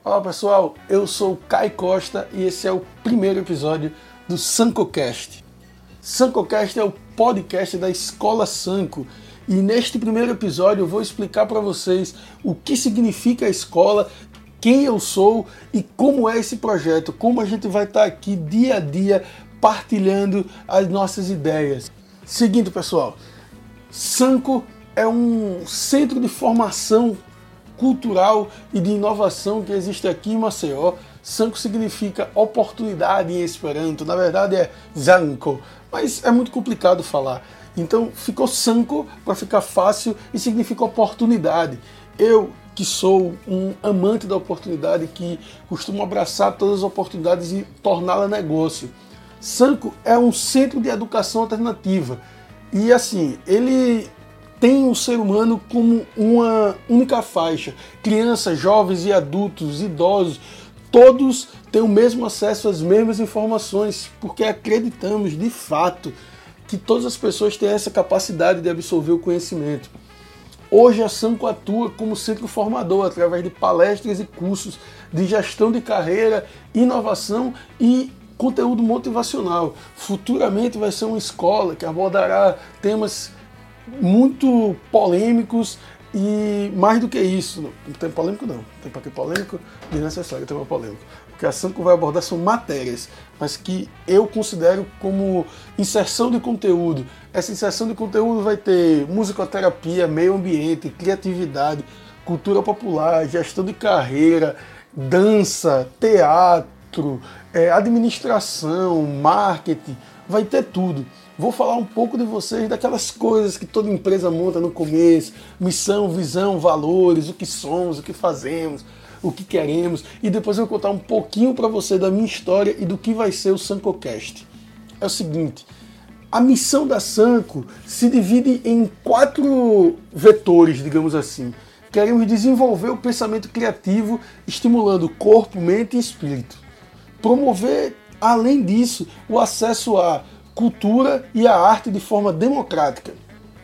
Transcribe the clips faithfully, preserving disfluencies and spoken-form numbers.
Olá pessoal, eu sou o Caio Costa e esse é o primeiro episódio do SancoCast. SancoCast é o podcast da Escola Sanco e neste primeiro episódio eu vou explicar para vocês o que significa a escola, quem eu sou e como é esse projeto, como a gente vai estar aqui dia a dia partilhando as nossas ideias. Seguinte pessoal, Sanco é um centro de formação cultural e de inovação que existe aqui em Maceió. Sanco significa oportunidade em Esperanto, na verdade é Zanco, mas é muito complicado falar. Então ficou Sanco para ficar fácil e significa oportunidade. Eu, que sou um amante da oportunidade, que costumo abraçar todas as oportunidades e torná-la negócio. Sanco é um centro de educação alternativa e assim, ele tem o ser humano como uma única faixa. Crianças, jovens e adultos, idosos, todos têm o mesmo acesso às mesmas informações, porque acreditamos de fato que todas as pessoas têm essa capacidade de absorver o conhecimento. Hoje a Sanco atua como centro formador através de palestras e cursos de gestão de carreira, inovação e conteúdo motivacional. Futuramente vai ser uma escola que abordará temas muito polêmicos e mais do que isso, não tem polêmico não, tem para que polêmico, desnecessário ter uma polêmica. O que a Sanco vai abordar são matérias, mas que eu considero como inserção de conteúdo. Essa inserção de conteúdo vai ter musicoterapia, meio ambiente, criatividade, cultura popular, gestão de carreira, dança, teatro, é, administração, marketing, vai ter tudo. Vou falar um pouco de vocês daquelas coisas que toda empresa monta no começo, missão, visão, valores, o que somos, o que fazemos, o que queremos, e depois eu vou contar um pouquinho para você da minha história e do que vai ser o SancoCast. É o seguinte, a missão da Sanco se divide em quatro vetores, digamos assim. Queremos desenvolver o pensamento criativo, estimulando corpo, mente e espírito. Promover, além disso, o acesso a cultura e a arte de forma democrática.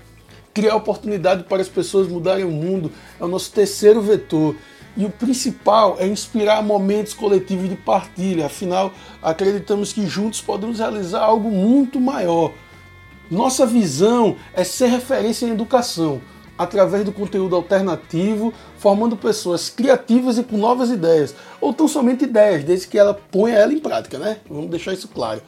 Criar oportunidade para as pessoas mudarem o mundo é o nosso terceiro vetor. E o principal é inspirar momentos coletivos de partilha. Afinal, acreditamos que juntos podemos realizar algo muito maior. Nossa visão é ser referência em educação, através do conteúdo alternativo, formando pessoas criativas e com novas ideias. Ou tão somente ideias, desde que ela ponha ela em prática, né? Vamos deixar isso claro.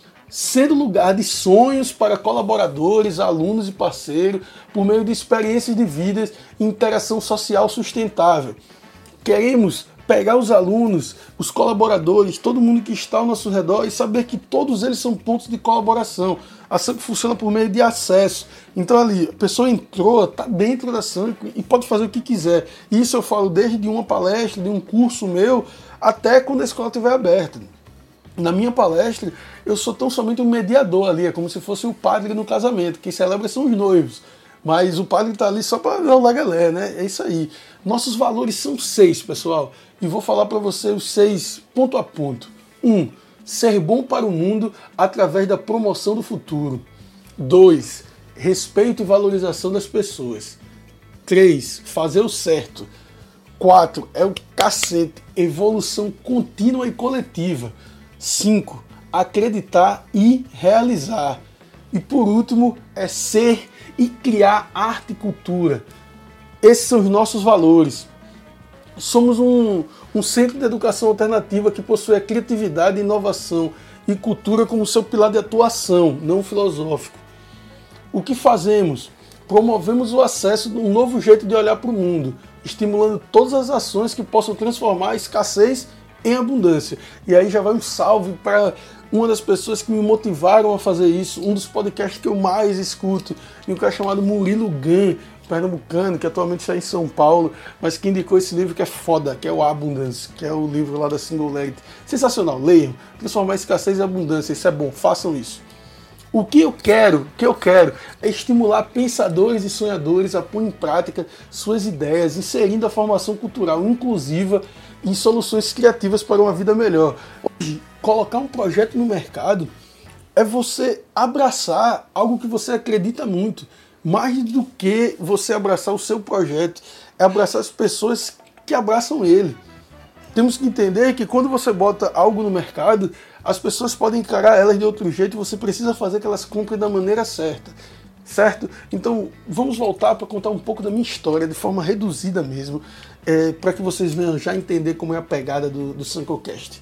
Sendo lugar de sonhos para colaboradores, alunos e parceiros, por meio de experiências de vidas e interação social sustentável. Queremos pegar os alunos, os colaboradores, todo mundo que está ao nosso redor e saber que todos eles são pontos de colaboração. A Sanco funciona por meio de acesso. Então ali, a pessoa entrou, está dentro da Sanco e pode fazer o que quiser. Isso eu falo desde uma palestra, de um curso meu, até quando a escola estiver aberta. Na minha palestra, eu sou tão somente um mediador ali, é como se fosse o padre no casamento. Quem celebra são os noivos, mas o padre está ali só para dar o lagalé, né? É isso aí. Nossos valores são seis, pessoal, e vou falar para você os seis ponto a ponto. Um, ser bom para o mundo através da promoção do futuro. Dois, respeito e valorização das pessoas. Três, fazer o certo. Quatro, é o cacete, evolução contínua e coletiva. cinco. Acreditar e realizar. E por último, é ser e criar arte e cultura. Esses são os nossos valores. Somos um, um centro de educação alternativa que possui a criatividade, inovação e cultura como seu pilar de atuação, não filosófico. O que fazemos? Promovemos o acesso a um novo jeito de olhar para o mundo, estimulando todas as ações que possam transformar a escassez em abundância. E aí já vai um salve para uma das pessoas que me motivaram a fazer isso, um dos podcasts que eu mais escuto, um cara chamado Murilo Gun, pernambucano, que atualmente está em São Paulo, mas que indicou esse livro que é foda, que é o Abundance, que é o livro lá da Singularity. Sensacional, leiam. Transformar escassez em abundância, isso é bom, façam isso. O que eu quero, o que eu quero é estimular pensadores e sonhadores a pôr em prática suas ideias, inserindo a formação cultural inclusiva em soluções criativas para uma vida melhor. Hoje, colocar um projeto no mercado é você abraçar algo que você acredita muito. Mais do que você abraçar o seu projeto, é abraçar as pessoas que abraçam ele. temos que entender que quando você bota algo no mercado, as pessoas podem encarar elas de outro jeito e você precisa fazer que elas comprem da maneira certa, certo? Então, vamos voltar para contar um pouco da minha história, de forma reduzida mesmo, é, para que vocês venham já entender como é a pegada do, do SankoCast.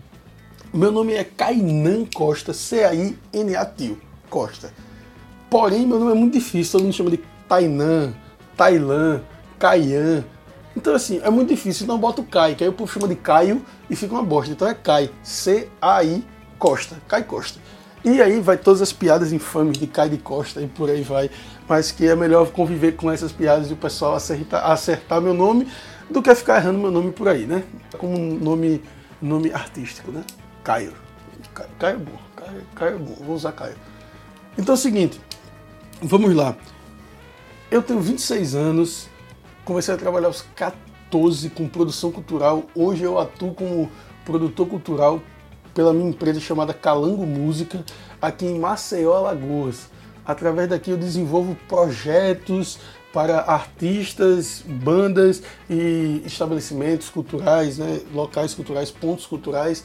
Meu nome é Kainan Costa, C A I N A Tio Costa. Porém, meu nome é muito difícil, todo mundo chama de Tainan, Tailan, Caian. Então, assim, é muito difícil, então eu boto Kai, que aí o povo chama de Caio e fica uma bosta. Então é Kai, C A I Costa, Kai Costa. E aí vai todas as piadas infames de Kai de Costa e por aí vai. Mas que é melhor conviver com essas piadas e o pessoal acertar, acertar meu nome do que ficar errando meu nome por aí, né? Como um nome, nome artístico, né? Caio. Caio, Caio é bom, Caio, Caio é bom, vou usar Caio. Então é o seguinte, vamos lá. Eu tenho vinte e seis anos, comecei a trabalhar aos quatorze com produção cultural. Hoje eu atuo como produtor cultural pela minha empresa chamada Calango Música, aqui em Maceió, Alagoas. Através daqui eu desenvolvo projetos para artistas, bandas e estabelecimentos culturais, né, locais culturais, pontos culturais.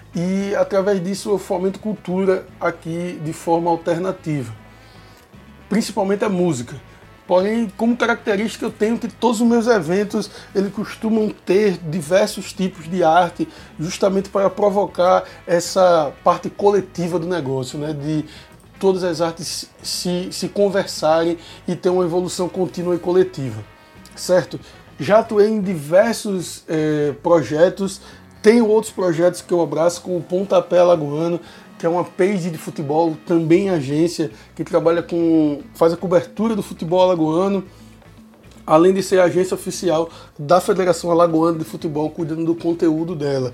E através disso eu fomento cultura aqui de forma alternativa, principalmente a música. Porém, como característica eu tenho que todos os meus eventos eles costumam ter diversos tipos de arte, justamente para provocar essa parte coletiva do negócio, né? De todas as artes se, se conversarem e ter uma evolução contínua e coletiva, certo? Já atuei em diversos eh, projetos. Tenho outros projetos que eu abraço, como o Pontapé Alagoano, que é uma page de futebol, também agência, que trabalha com, faz a cobertura do futebol alagoano, além de ser agência oficial da Federação Alagoana de Futebol, cuidando do conteúdo dela.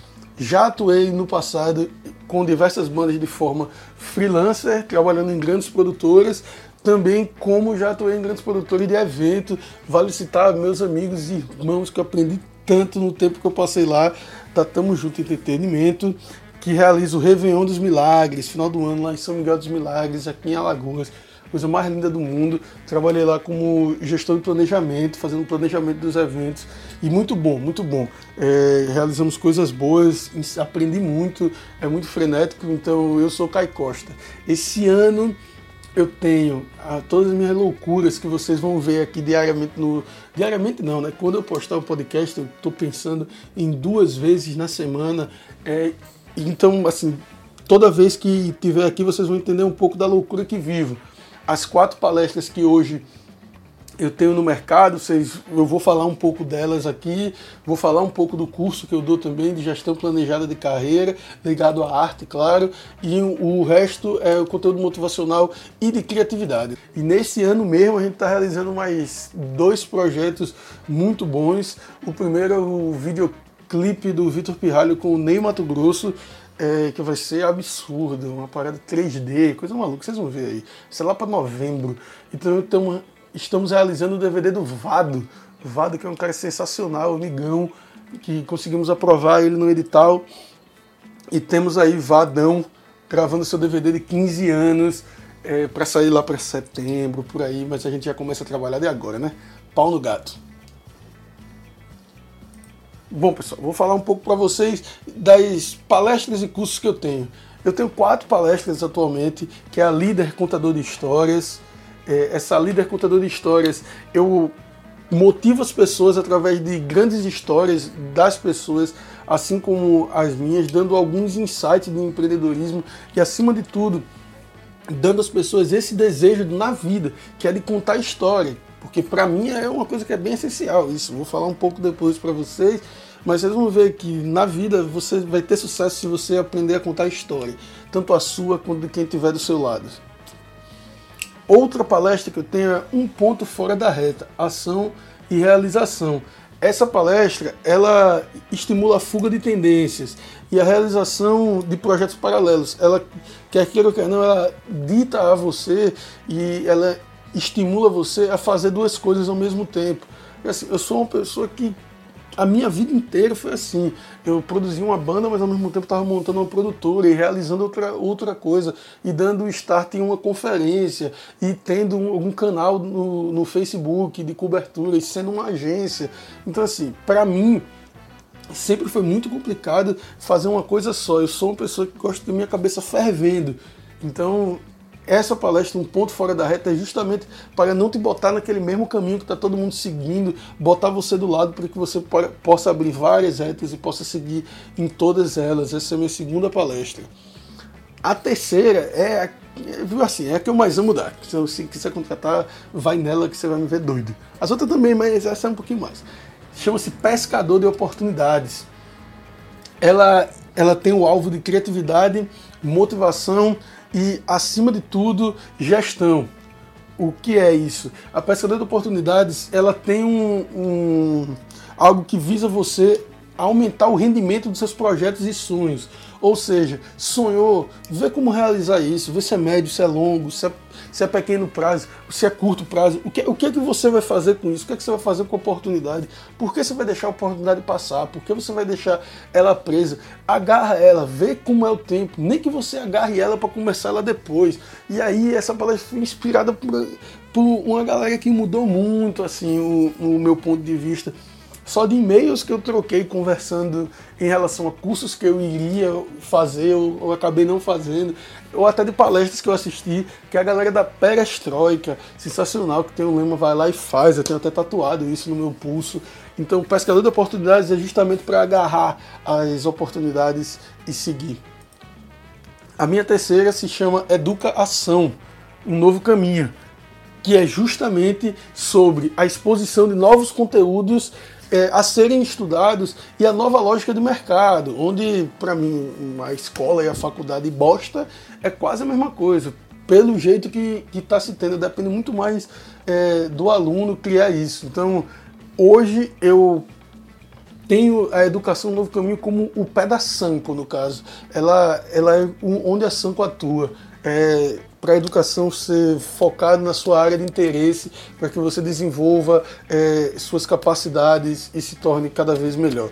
Já atuei no passado com diversas bandas de forma freelancer, trabalhando em grandes produtoras, também como já atuei em grandes produtoras de evento. Vale citar meus amigos e irmãos que eu aprendi tanto no tempo que eu passei lá, da Tamo Junto Entretenimento, que realiza o Réveillon dos Milagres, final do ano lá em São Miguel dos Milagres, aqui em Alagoas, coisa mais linda do mundo. Trabalhei lá como gestor de planejamento, fazendo o planejamento dos eventos, e muito bom, muito bom. É, realizamos coisas boas, aprendi muito, é muito frenético, então eu sou Kai Costa. Esse ano eu tenho ah, todas as minhas loucuras que vocês vão ver aqui diariamente no... Diariamente não, né? Quando eu postar o podcast, eu estou pensando em duas vezes na semana. É, então, assim, toda vez que tiver aqui, vocês vão entender um pouco da loucura que vivo. As quatro palestras que hoje eu tenho no mercado, vocês, eu vou falar um pouco delas aqui, vou falar um pouco do curso que eu dou também de gestão planejada de carreira, ligado à arte, claro, e o resto é o conteúdo motivacional e de criatividade. E nesse ano mesmo a gente está realizando mais dois projetos muito bons. O primeiro é o videoclipe do Vitor Pirralho com o Ney Mato Grosso, É, que vai ser absurdo, uma parada três D, coisa maluca, vocês vão ver aí. Isso é lá para novembro. Então estamos, estamos realizando o D V D do Vado. O Vado, que é um cara sensacional, amigão, que conseguimos aprovar ele no edital. E temos aí Vadão gravando seu D V D de quinze anos, é, para sair lá para setembro, por aí, mas a gente já começa a trabalhar de agora, né? Pau no gato. Bom, pessoal, vou falar um pouco para vocês das palestras e cursos que eu tenho. Eu tenho quatro palestras atualmente, que é a Líder Contador de Histórias. É, essa Líder Contador de Histórias, eu motivo as pessoas através de grandes histórias das pessoas, assim como as minhas, dando alguns insights do empreendedorismo e, acima de tudo, dando às pessoas esse desejo na vida, que é de contar história. Porque para mim é uma coisa que é bem essencial isso. Vou falar um pouco depois para vocês, mas vocês vão ver que na vida você vai ter sucesso se você aprender a contar história, tanto a sua quanto de quem estiver do seu lado. Outra palestra que eu tenho é Um Ponto Fora da Reta, Ação e Realização. Essa palestra, ela estimula a fuga de tendências e a realização de projetos paralelos. Ela, quer queira ou quer não, ela dita a você e ela estimula você a fazer duas coisas ao mesmo tempo. Assim, eu sou uma pessoa que a minha vida inteira foi assim. Eu produzia uma banda, mas ao mesmo tempo estava montando uma produtora e realizando outra, outra coisa, e dando start em uma conferência, e tendo um, um canal no, no Facebook de cobertura, e sendo uma agência. Então, assim, para mim, sempre foi muito complicado fazer uma coisa só. Eu sou uma pessoa que gosta de minha cabeça fervendo. Então, essa palestra, Um Ponto Fora da Reta, é justamente para não te botar naquele mesmo caminho que está todo mundo seguindo, botar você do lado para que você possa abrir várias retas e possa seguir em todas elas. Essa é a minha segunda palestra. A terceira é a, assim, é a que eu mais amo dar. Se você quiser contratar, vai nela que você vai me ver doido. As outras também, mas essa é um pouquinho mais. Chama-se Pescador de Oportunidades. Ela, ela tem o alvo de criatividade, motivação e, acima de tudo, gestão. O que é isso? A Pescador de Oportunidades, ela tem um, um, algo que visa você aumentar o rendimento dos seus projetos e sonhos. Ou seja, sonhou, vê como realizar isso, vê se é médio, se é longo, se é, se é pequeno prazo, se é curto prazo. O que, o que é que você vai fazer com isso? O que é que você vai fazer com a oportunidade? Por que você vai deixar a oportunidade passar? Por que você vai deixar ela presa? Agarra ela, vê como é o tempo. Nem que você agarre ela para começar ela depois. E aí essa palestra foi inspirada por, por uma galera que mudou muito assim, o, o meu ponto de vista. Só de e-mails que eu troquei conversando em relação a cursos que eu iria fazer ou, ou acabei não fazendo, ou até de palestras que eu assisti, que é a galera da Perestroika, sensacional, que tem um lema vai lá e faz, eu tenho até tatuado isso no meu pulso. Então, o Pescador de Oportunidades é justamente para agarrar as oportunidades e seguir. A minha terceira se chama Educa-Ação, um novo caminho, que é justamente sobre a exposição de novos conteúdos É, a serem estudados e a nova lógica de mercado, onde, para mim, a escola e a faculdade bosta é quase a mesma coisa. Pelo jeito que está se tendo, depende muito mais é, do aluno criar isso. Então, hoje eu tenho a educação Novo Caminho como o pé da Sanco, no caso. Ela, ela é onde a Sanco atua. É, para a educação ser focada na sua área de interesse, para que você desenvolva é, suas capacidades e se torne cada vez melhor.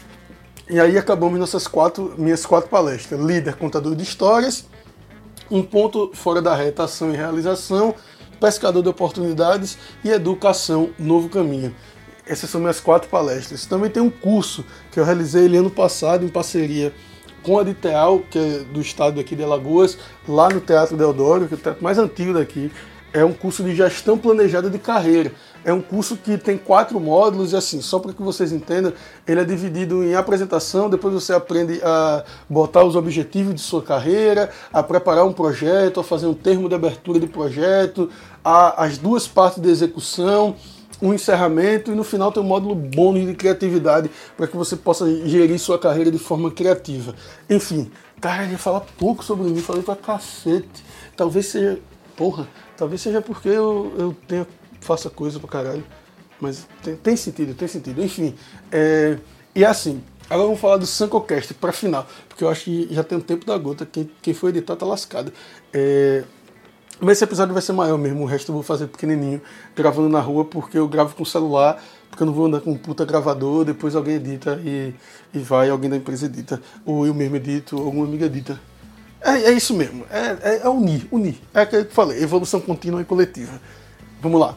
E aí acabamos nossas quatro, minhas quatro palestras. Líder, contador de histórias, Um Ponto Fora da Reta, Ação e Realização, Pescador de Oportunidades e Educação Novo Caminho. Essas são minhas quatro palestras. Também tem um curso que eu realizei ele ano passado em parceria com a Diteal, que é do estado aqui de Alagoas, lá no Teatro Deodoro, que é o teatro mais antigo daqui. É um curso de gestão planejada de carreira. É um curso que tem quatro módulos e assim, só para que vocês entendam, ele é dividido em apresentação, depois você aprende a botar os objetivos de sua carreira, a preparar um projeto, a fazer um termo de abertura de projeto, a, as duas partes de execução, um encerramento e no final tem um módulo bônus de criatividade para que você possa gerir sua carreira de forma criativa. Enfim, cara, ele fala pouco sobre mim, falei pra cacete. Talvez seja, porra, talvez seja porque eu, eu tenho, faça coisa pra caralho, mas tem, tem sentido, tem sentido. Enfim, é, e assim, agora vamos falar do SancoCast para final, porque eu acho que já tem um tempo da gota, quem, quem for editar tá lascado. É, Mas esse episódio vai ser maior mesmo, o resto eu vou fazer pequenininho, gravando na rua, porque eu gravo com celular, porque eu não vou andar com um puta gravador, depois alguém edita e, e vai, alguém da empresa edita, ou eu mesmo edito, ou alguma amiga edita. É, é isso mesmo, é, é, é unir, unir. É aquilo que eu falei, evolução contínua e coletiva. Vamos lá.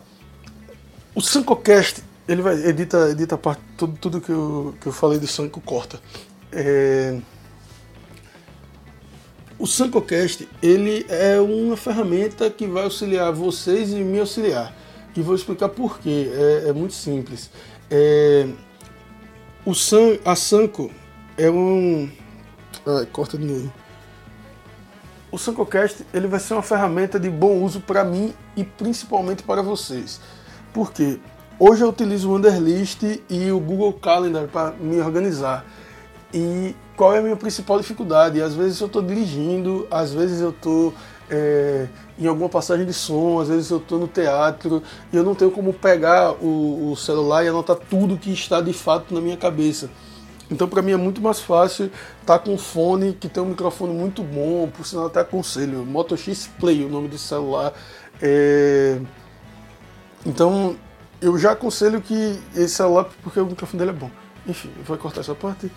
O SancoCast, ele vai, edita, edita a parte, tudo, tudo que, eu, que eu falei do Sanco corta. É... O SancoCast, ele é uma ferramenta que vai auxiliar vocês e me auxiliar. E vou explicar por quê. É, é muito simples. É, o San, a Sanco é um... Ai, corta de novo. O SancoCast, ele vai ser uma ferramenta de bom uso para mim e principalmente para vocês. Por quê? Hoje eu utilizo o Wunderlist e o Google Calendar para me organizar. E qual é a minha principal dificuldade? Às vezes eu estou dirigindo, às vezes eu estou é, em alguma passagem de som, às vezes eu estou no teatro e eu não tenho como pegar o, o celular e anotar tudo que está de fato na minha cabeça. Então para mim é muito mais fácil estar com um fone que tem um microfone muito bom, por sinal até aconselho, Moto X Play, o nome do celular. É... Então eu já aconselho que esse celular, porque o microfone dele é bom. Enfim, vou cortar essa parte.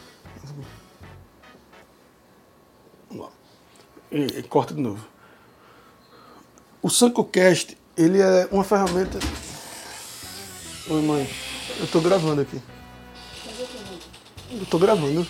Vamos lá. E, e corta de novo. O SancoCast, ele é uma ferramenta... Oi, mãe. Eu tô gravando aqui. Eu tô gravando.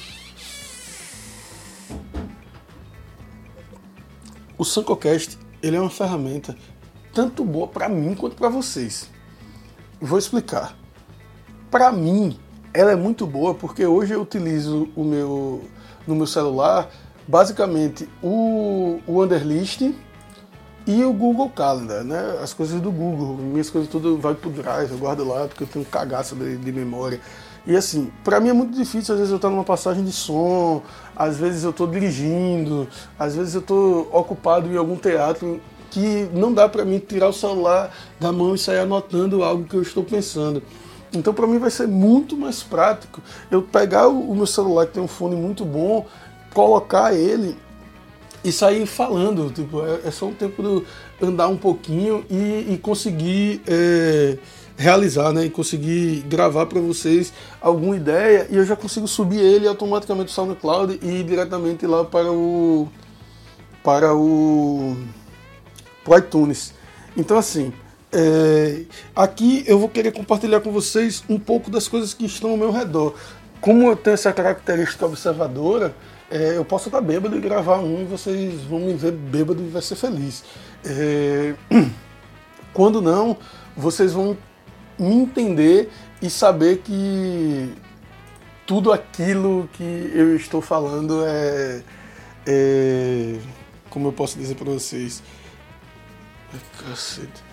O SancoCast, ele é uma ferramenta tanto boa para mim quanto para vocês. Vou explicar. Para mim, ela é muito boa porque hoje eu utilizo o meu, no meu celular basicamente o, o Wunderlist e o Google Calendar, né? As coisas do Google, minhas coisas tudo vai pro Drive, eu guardo lá porque eu tenho um cagaço de, de memória. E assim, pra mim é muito difícil, às vezes eu tô numa passagem de som, às vezes eu tô dirigindo, às vezes eu tô ocupado em algum teatro que não dá pra mim tirar o celular da mão e sair anotando algo que eu estou pensando. Então pra mim vai ser muito mais prático eu pegar o, o meu celular que tem um fone muito bom, colocar ele e sair falando. Tipo, é, é só um tempo de eu andar um pouquinho e, e conseguir é, realizar, né? E conseguir gravar para vocês alguma ideia e eu já consigo subir ele automaticamente no SoundCloud e ir diretamente lá para o para o pro iTunes. Então assim, é, aqui eu vou querer compartilhar com vocês um pouco das coisas que estão ao meu redor. Como eu tenho essa característica observadora, é, eu posso estar bêbado e gravar um e vocês vão me ver bêbado e vai ser feliz. É, quando não, vocês vão me entender e saber que tudo aquilo que eu estou falando é, é como eu posso dizer para vocês, cacete.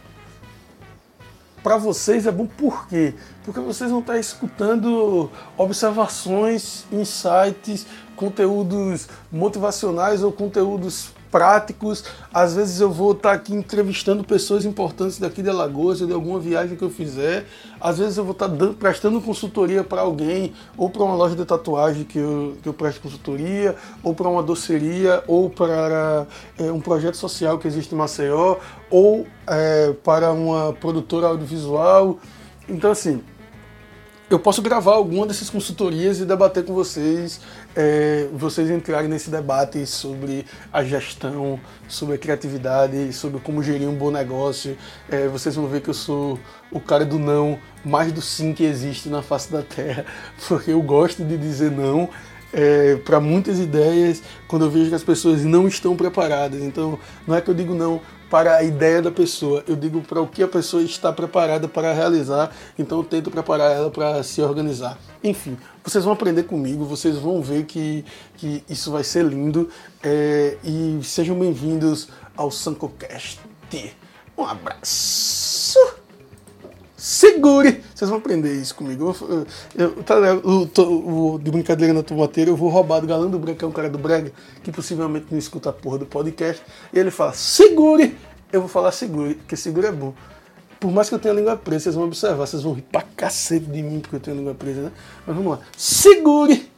Para vocês é bom por quê? Porque vocês vão estar escutando observações, insights, conteúdos motivacionais ou conteúdos práticos. Às vezes eu vou estar aqui entrevistando pessoas importantes daqui de Alagoas ou de alguma viagem que eu fizer. Às vezes eu vou estar dando, prestando consultoria para alguém, ou para uma loja de tatuagem que eu, que eu presto consultoria, ou para uma doceria, ou para é, um projeto social que existe em Maceió, ou é, para uma produtora audiovisual. Então assim, eu posso gravar alguma dessas consultorias e debater com vocês, é, vocês entrarem nesse debate sobre a gestão, sobre a criatividade, sobre como gerir um bom negócio. É, vocês vão ver que eu sou o cara do não, mais do sim que existe na face da Terra, porque eu gosto de dizer não é, para muitas ideias quando eu vejo que as pessoas não estão preparadas. Então, não é que eu digo não para a ideia da pessoa, eu digo para o que a pessoa está preparada para realizar, então eu tento preparar ela para se organizar. Enfim, vocês vão aprender comigo, vocês vão ver que, que isso vai ser lindo, é, e sejam bem-vindos ao SancoCast. Um abraço! Segure! Vocês vão aprender isso comigo. Eu, eu, tá, eu, eu, de brincadeira na tomateira, eu vou roubar do Galã do Brega, que é um cara do Brega, que possivelmente não escuta a porra do podcast, e ele fala, segure! Eu vou falar segure, porque segure é bom. Por mais que eu tenha a língua presa, vocês vão observar, vocês vão rir pra cacete de mim, porque eu tenho a língua presa, né? Mas vamos lá. Segure!